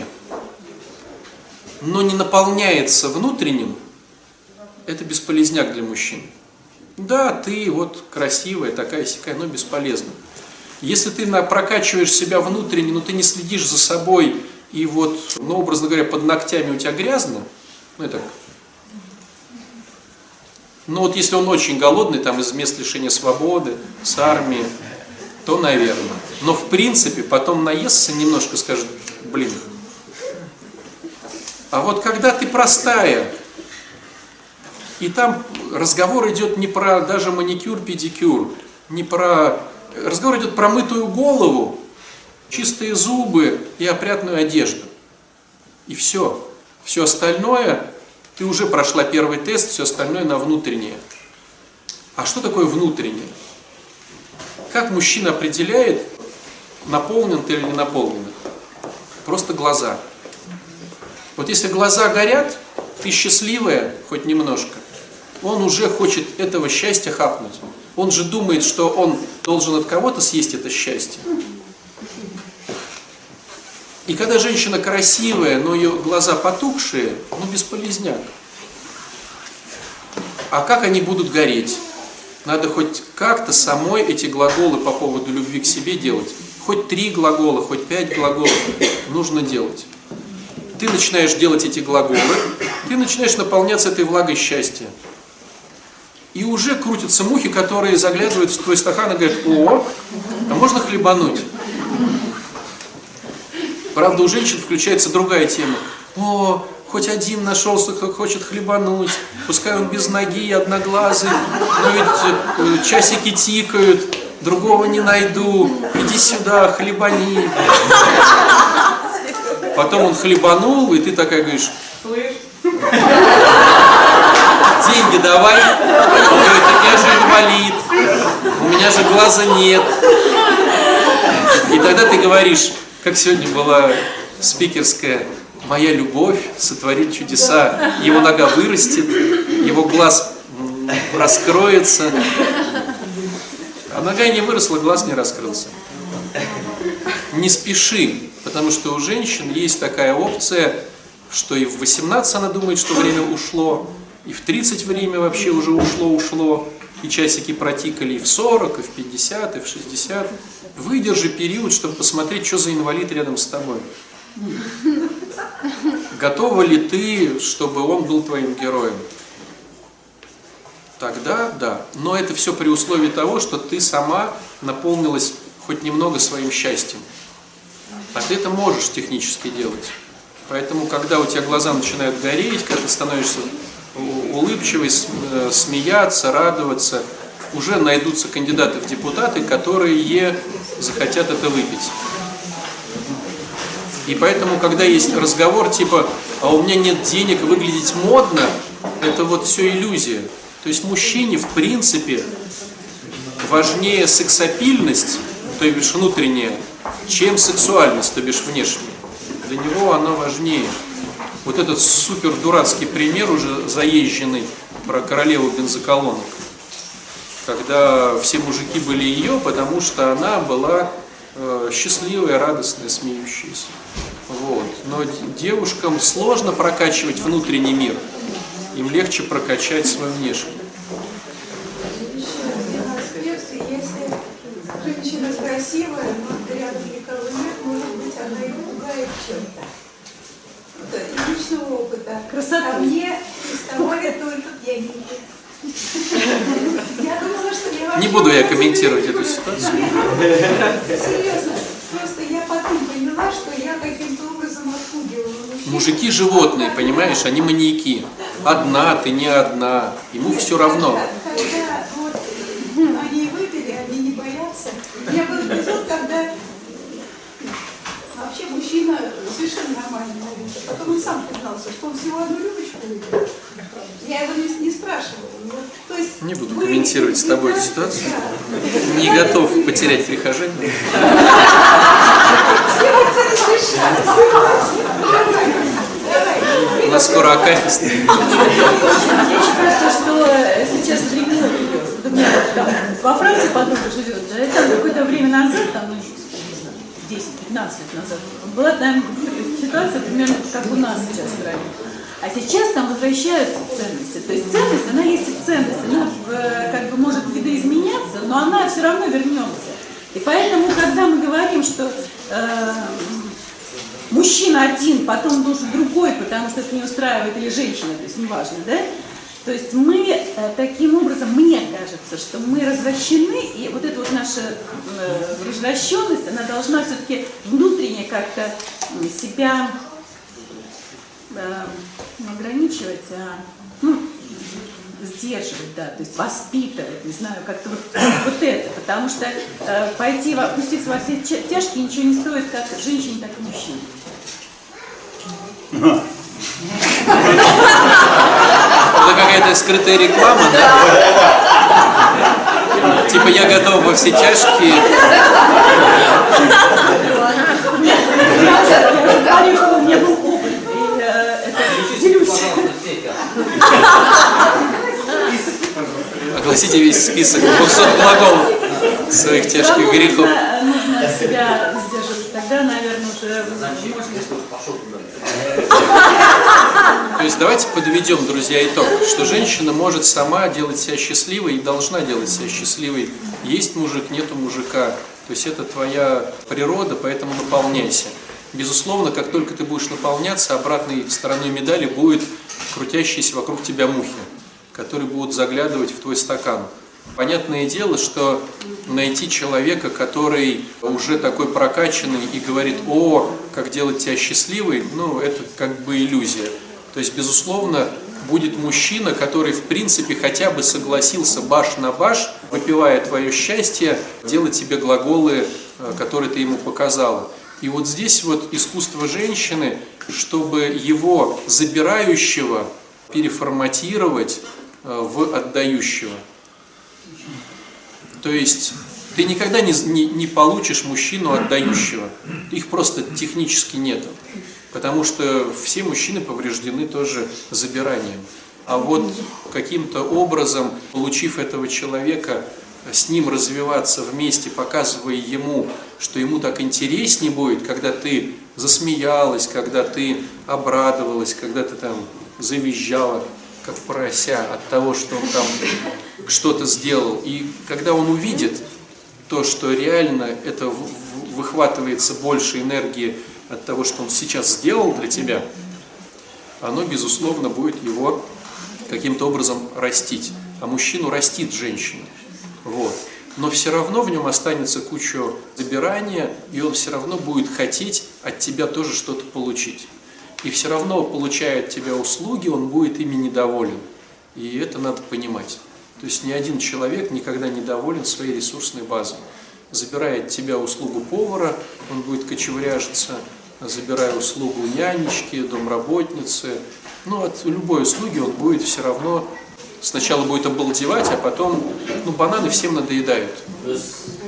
но не наполняется внутренним, это бесполезняк для мужчин. Да, ты вот красивая, такая-сякая, но бесполезна. Если ты прокачиваешь себя внутренне, но ты не следишь за собой, и вот, ну, образно говоря, под ногтями у тебя грязно, ну, это... Ну, вот если он очень голодный, там, из мест лишения свободы, с армии, то, наверное. Но, в принципе, потом наестся немножко, скажет, блин. А вот когда ты простая, и там разговор идет не про даже маникюр, педикюр, не про... Разговор идет про мытую голову, чистые зубы и опрятную одежду. И все. Все остальное, ты уже прошла первый тест, все остальное на внутреннее. А что такое внутреннее? Как мужчина определяет, наполнен ты или не наполнен? Просто глаза. Вот если глаза горят, ты счастливая хоть немножко, он уже хочет этого счастья хапнуть. Он же думает, что он должен от кого-то съесть это счастье. И когда женщина красивая, но ее глаза потухшие, ну бесполезняк. А как они будут гореть? Надо хоть как-то самой эти глаголы по поводу любви к себе делать. Хоть 3 глагола, хоть 5 глаголов нужно делать. Ты начинаешь делать эти глаголы, ты начинаешь наполняться этой влагой счастья. И уже крутятся мухи, которые заглядывают в твой стакан и говорят, о, а можно хлебануть? Правда, у женщин включается другая тема. О, хоть один нашелся, кто хочет хлебануть, пускай он без ноги, одноглазый, но ведь часики тикают, другого не найду, иди сюда, хлебани. Потом он хлебанул, и ты такая говоришь, слышь, деньги давай. Он говорит, так я же инвалид, у меня же глаза нет. И тогда ты говоришь, как сегодня была спикерская, моя любовь сотворит чудеса, его нога вырастет, его глаз раскроется. А нога не выросла, глаз не раскрылся. Не спеши, потому что у женщин есть такая опция, что и в 18 она думает, что время ушло, и в 30 время вообще уже ушло, и часики протикали и в 40, и в 50, и в 60. Выдержи период, чтобы посмотреть, что за инвалид рядом с тобой. Готова ли ты, чтобы он был твоим героем? Тогда да. Но это все при условии того, что ты сама наполнилась хоть немного своим счастьем. А ты это можешь технически делать. Поэтому, когда у тебя глаза начинают гореть, когда ты становишься улыбчивой, смеяться, радоваться, уже найдутся кандидаты в депутаты, которые захотят это выпить. И поэтому, когда есть разговор типа, а у меня нет денег, выглядеть модно, это вот все иллюзия. То есть мужчине, в принципе, важнее сексапильность, то есть внутренняя, чем сексуальность, то бишь внешняя. Для него она важнее. Вот этот супер дурацкий пример уже заезженный про королеву бензоколонок, когда все мужики были ее, потому что она была счастливая, радостная, смеющаяся. Вот. Но девушкам сложно прокачивать внутренний мир, им легче прокачать свой внешний. Если женщина красивая, но рядом никого нет, может быть, она и пугает чем-то. И личного опыта. Красота. А мне доставали только пьяненькие. Я думала, что я вообще... Не буду я комментировать эту ситуацию. Серьезно. Просто я потом поняла, что я каким-то образом отпугивала мужчин. Мужики животные, понимаешь, они маньяки. Одна, ты не одна, ему все равно. Когда вот они выпили, они не боятся. Я был эпизод, когда вообще мужчина совершенно нормально молился. Потом он сам признался, что он всего одну рюмочку выпил. Я его не спрашивала. Вот, то есть Не буду комментировать с тобой эту ситуацию. Не готов потерять прихожан. У нас скоро акафист. Мне кажется, что сейчас времена идет. Вот у меня там во Франции подруга живет, да, и там какое-то время назад, там, 10-15 лет назад, была там ситуация примерно как у нас сейчас в стране. А сейчас там возвращаются ценности. То есть ценность, она есть и ценность. Она как бы может видоизменяться, но она все равно вернется. И поэтому, когда мы говорим, что мужчина один, потом должен другой, потому что это не устраивает, или женщина, то есть неважно, да? То есть мы таким образом, мне кажется, что мы развращены, и вот эта вот наша развращенность, она должна все-таки внутренне как-то себя не ограничивать, а сдерживать, да, то есть воспитывать, не знаю, как-то вот это, потому что пойти, опуститься во все тяжкие ничего не стоит как женщине, так и мужчине. Это какая-то скрытая реклама, да? Типа я готов во все тяжкие. У меня был опыт, и это делюсь. Огласите весь список 200 глаголов своих тяжких грехов. Нужно себя сдерживать, тогда, наверное, уже можно... То есть давайте подведем, друзья, итог, что женщина может сама делать себя счастливой и должна делать себя счастливой. Есть мужик, нету мужика. То есть это твоя природа, поэтому наполняйся. Безусловно, как только ты будешь наполняться, обратной стороной медали будет крутящиеся вокруг тебя мухи, которые будут заглядывать в твой стакан. Понятное дело, что найти человека, который уже такой прокачанный и говорит: о, как делать тебя счастливой, ну, это как бы иллюзия. То есть, безусловно, будет мужчина, который, в принципе, хотя бы согласился баш на баш, выпивая твое счастье, делать тебе глаголы, которые ты ему показала. И вот здесь вот искусство женщины, чтобы его забирающего переформатировать в отдающего. То есть ты никогда не получишь мужчину отдающего. Их просто технически нету. Потому что все мужчины повреждены тоже забиранием. А вот каким-то образом, получив этого человека, с ним развиваться вместе, показывая ему, что ему так интереснее будет, когда ты засмеялась, когда ты обрадовалась, когда ты там завизжала, как порося, от того, что он там что-то сделал. И когда он увидит то, что реально это выхватывается больше энергии от того, что он сейчас сделал для тебя, оно, безусловно, будет его каким-то образом растить. А мужчину растит женщина. Вот. Но все равно в нем останется куча забирания, и он все равно будет хотеть от тебя тоже что-то получить. И все равно, получая от тебя услуги, он будет ими недоволен. И это надо понимать. То есть ни один человек никогда не доволен своей ресурсной базой. Забирая от тебя услугу повара, он будет кочевряжиться, забирая услугу нянечки, домработницы. Ну, от любой услуги он будет все равно, сначала будет обалдевать, а потом, ну, бананы всем надоедают. То есть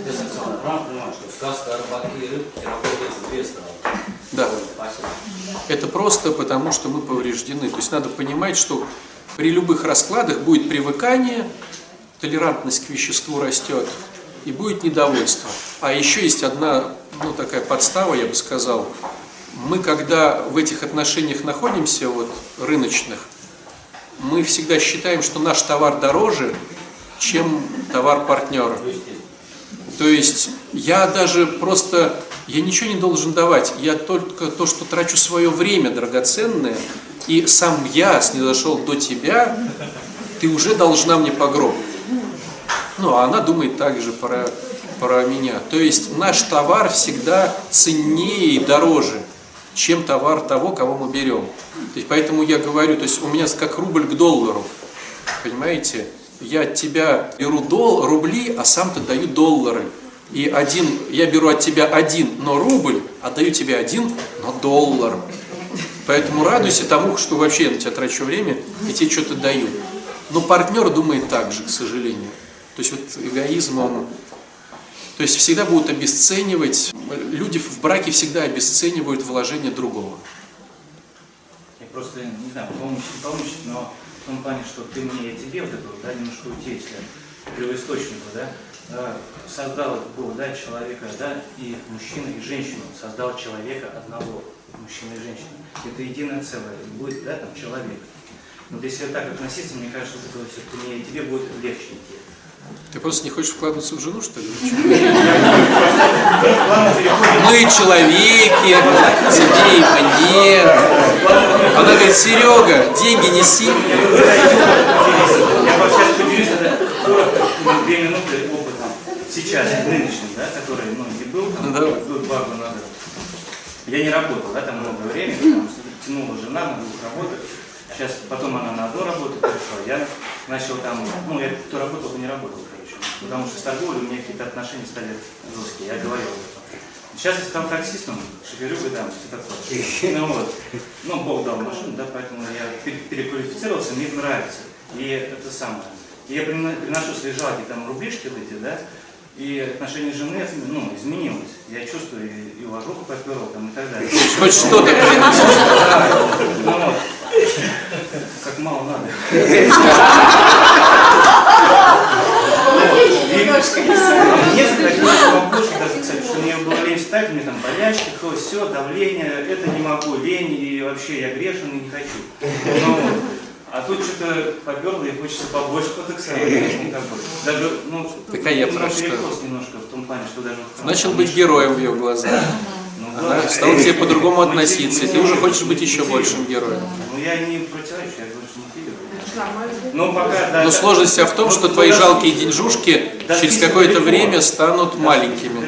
Правильно понимаю, что сказка о рыбаке и рыбке работает в две стороны? Да. Спасибо. Это просто потому, что мы повреждены. То есть надо понимать, что при любых раскладах будет привыкание, толерантность к веществу растет, и будет недовольство. А еще есть одна, ну, такая подстава, я бы сказал. Мы, когда в этих отношениях находимся, вот, рыночных, мы всегда считаем, что наш товар дороже, чем товар партнера. То есть я даже просто, я ничего не должен давать, я только то, что трачу свое время драгоценное, и сам я снизошел до тебя, ты уже должна мне по гробу. Ну, а она думает так же про меня. То есть наш товар всегда ценнее и дороже, чем товар того, кого мы берем. То есть, поэтому я говорю, то есть у меня как рубль к доллару, понимаете? Я от тебя беру рубли, а сам-то даю доллары. И я беру от тебя 1, но рубль, а даю тебе 1, но доллар. Поэтому радуйся тому, что вообще я на тебя трачу время и тебе что-то даю. Но партнер думает так же, к сожалению. То есть вот эгоизм, он... То есть всегда будут обесценивать, люди в браке всегда обесценивают вложение другого. Я просто, не знаю, помощь, но в том плане, что ты мне, я тебе вот это, да, немножко уйти, если первоисточнику, да, создал Бог, да, человека, да, и мужчину, и женщину, создал человека одного, мужчины и женщины. Это единое целое, будет, да, там, человек. Но если так относиться, мне кажется, что это все-таки мне и тебе будет легче идти. Ты просто не хочешь вкладываться в жену, что ли? Мы человеки, Сергей, мне. Она говорит, Серега, деньги неси. Я вот сейчас поделюсь, это 2 минуты опытом. Сейчас, нынешний, да, который, ну, не был, там, был 2 года назад. Я не работал, да, там много времени, потому что тянула жена на 2 работах. Сейчас, потом она на одну работу перешла, я начал там, ну, я кто работал, то не работал, короче. Потому что с торговлей у меня какие-то отношения стали жесткие, я говорил об этом. Сейчас я стал таксистом, шоферюгой, там, все такое. Ну вот, ну, Бог дал машину, да, поэтому я переквалифицировался, мне это нравится. И это самое. И я приношу свои жалкие там рублишки вот эти, да, и отношение жены, ну, изменилось. Я чувствую и уважуху поперла там и так далее. Хоть что-то принесет. Ну вот. Как мало надо. Несколько бабушек, даже, кстати, что мне было лень встать, мне там болячки, то, все, давление, это не могу, лень, и вообще я грешен и не хочу. Ну, а тут что-то поперло и хочется побольше потаксовать. Даже, ну, так я про что? Немножко в том плане, что даже... Начал быть героем в ее глазах. Она стала к тебе по-другому относиться, и ты уже хочешь быть еще большим героем. Ну я не противоречу, я говорю, что не тебе. Но пока, да, но сложность вся в том, что твои жалкие деньжушки через какое-то время станут маленькими.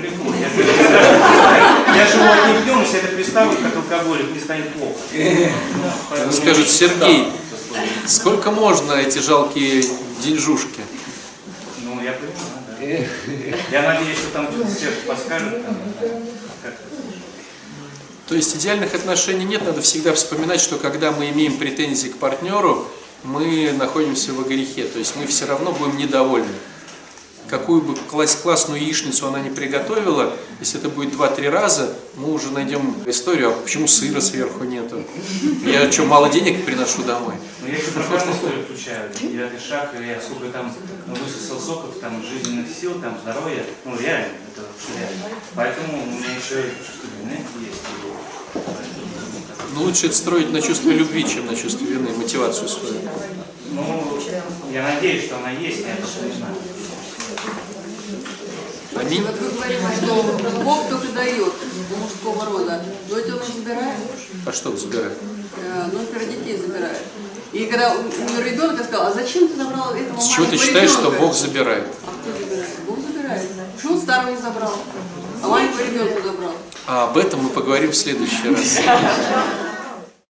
Я живу одним днем, если это представлю, как алкоголик, мне станет плохо. Скажет, Сергей, сколько можно эти жалкие деньжушки? Ну, я понимаю, да. Я надеюсь, что там все подскажут. То есть идеальных отношений нет, надо всегда вспоминать, что когда мы имеем претензии к партнеру, мы находимся во грехе, то есть мы все равно будем недовольны. Какую бы классную яичницу она не приготовила, если это будет 2-3 раза, мы уже найдем историю, а почему сыра сверху нету? Я что, мало денег приношу домой? Ну я еще программную историю включаю, я шаг, я сколько там высосал соков, там жизненных сил, там здоровья, ну реально, это вообще реально. Поэтому у меня еще чувство вины есть. Ну лучше это строить на чувстве любви, чем на чувстве вины, мотивацию свою. Ну, я надеюсь, что она есть, я просто не знаю. Аминь. Вот вы говорите, что Бог только дает мужского рода, но это он и забирает. А что забирает? Ну, например, детей забирает. И когда умер ребенок, сказал, а зачем ты забрал этого маленького С чего ты считаешь, что Бог забирает? А кто забирает? Бог забирает. Почему он старого не забрал, а маленького ребенка забрал? А об этом мы поговорим в следующий раз.